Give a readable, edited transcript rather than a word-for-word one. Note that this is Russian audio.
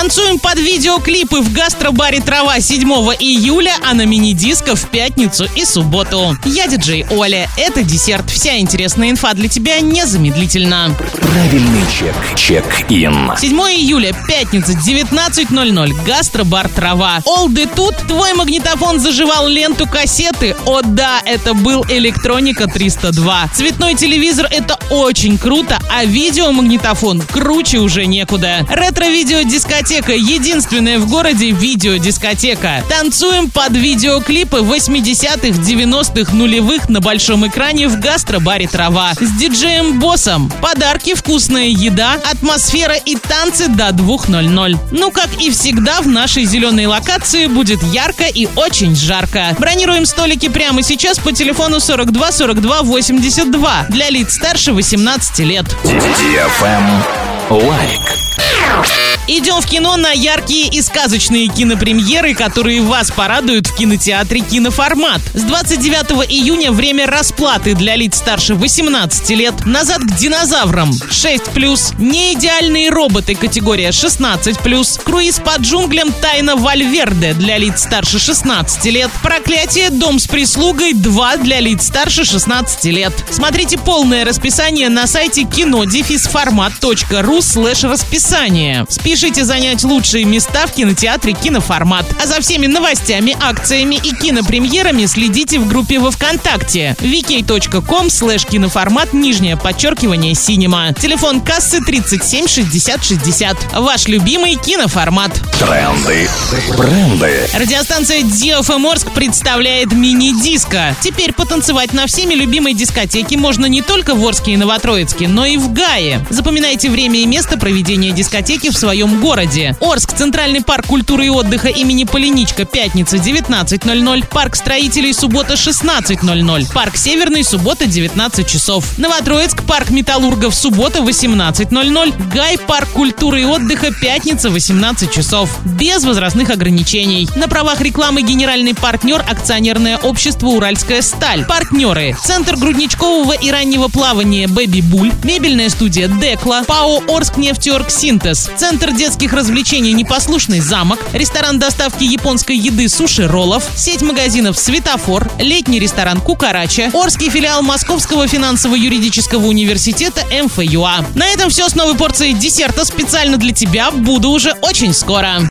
Танцуем под видеоклипы в гастробаре «Трава» 7 июля, а на мини-диско в пятницу и субботу. Я диджей Оля. Это десерт. Вся интересная инфа для тебя незамедлительно. Правильный чек. Чек-ин. 7 июля, пятница, 19:00. Гастробар «Трава». Олды тут. Твой магнитофон заживал ленту кассеты. О да, это был Электроника 302. Цветной телевизор — это очень круто, а видеомагнитофон круче уже некуда. Ретро-видеодискотека. Единственная в городе видеодискотека. Танцуем под видеоклипы 80-х, 90-х, нулевых на большом экране в гастробаре «Трава». С диджеем-боссом. Подарки, вкусная еда, атмосфера и танцы до 2:00. Ну, как и всегда, в нашей зеленой локации будет ярко и очень жарко. Бронируем столики прямо сейчас по телефону 42 42 82 для лиц старше 18 лет. Лайк. Идем в кино на яркие и сказочные кинопремьеры, которые вас порадуют в кинотеатре «Киноформат». С 29 июня время расплаты для лиц старше 18 лет. «Назад к динозаврам» 6+, «Неидеальные роботы» категория 16+, «Круиз по джунглям. Тайна Вальверде» для лиц старше 16 лет. «Проклятие. Дом с прислугой 2» для лиц старше 16 лет. Смотрите полное расписание на сайте kino-format.ru/расписание. Спешите занять лучшие места в кинотеатре «Киноформат». А за всеми новостями, акциями и кинопремьерами следите в группе во ВКонтакте vk.com/киноформат_синема. Телефон кассы 37 60 60. Ваш любимый «Киноформат». Тренды. Бренды. Радиостанция DFM Орск представляет мини-диско. Теперь потанцевать на всеми любимой дискотеке можно не только в Орске и Новотроицке, но и в Гае. Запоминайте время и место проведения дискотеки в своем городе. Орск, Центральный парк культуры и отдыха имени Полиничка, пятница, 19:00. Парк строителей, суббота, 16:00. Парк Северный, суббота, 19 часов. Новотроицк, парк металлургов, суббота, 18:00. Гай, парк культуры и отдыха, пятница, 18 часов. Без возрастных ограничений. На правах рекламы генеральный партнер акционерное общество «Уральская сталь». Партнеры: Центр грудничкового и раннего плавания «Бэби Буль», мебельная студия «Декла», ПАО «Орскнефтеоргсинтез», Центр детских развлечений «Непослушный замок», ресторан доставки японской еды «Суши Роллов», сеть магазинов «Светофор», летний ресторан «Кукарача», Орский филиал Московского финансово-юридического университета МФЮА. На этом все с новой порцией десерта специально для тебя. Буду уже очень скоро.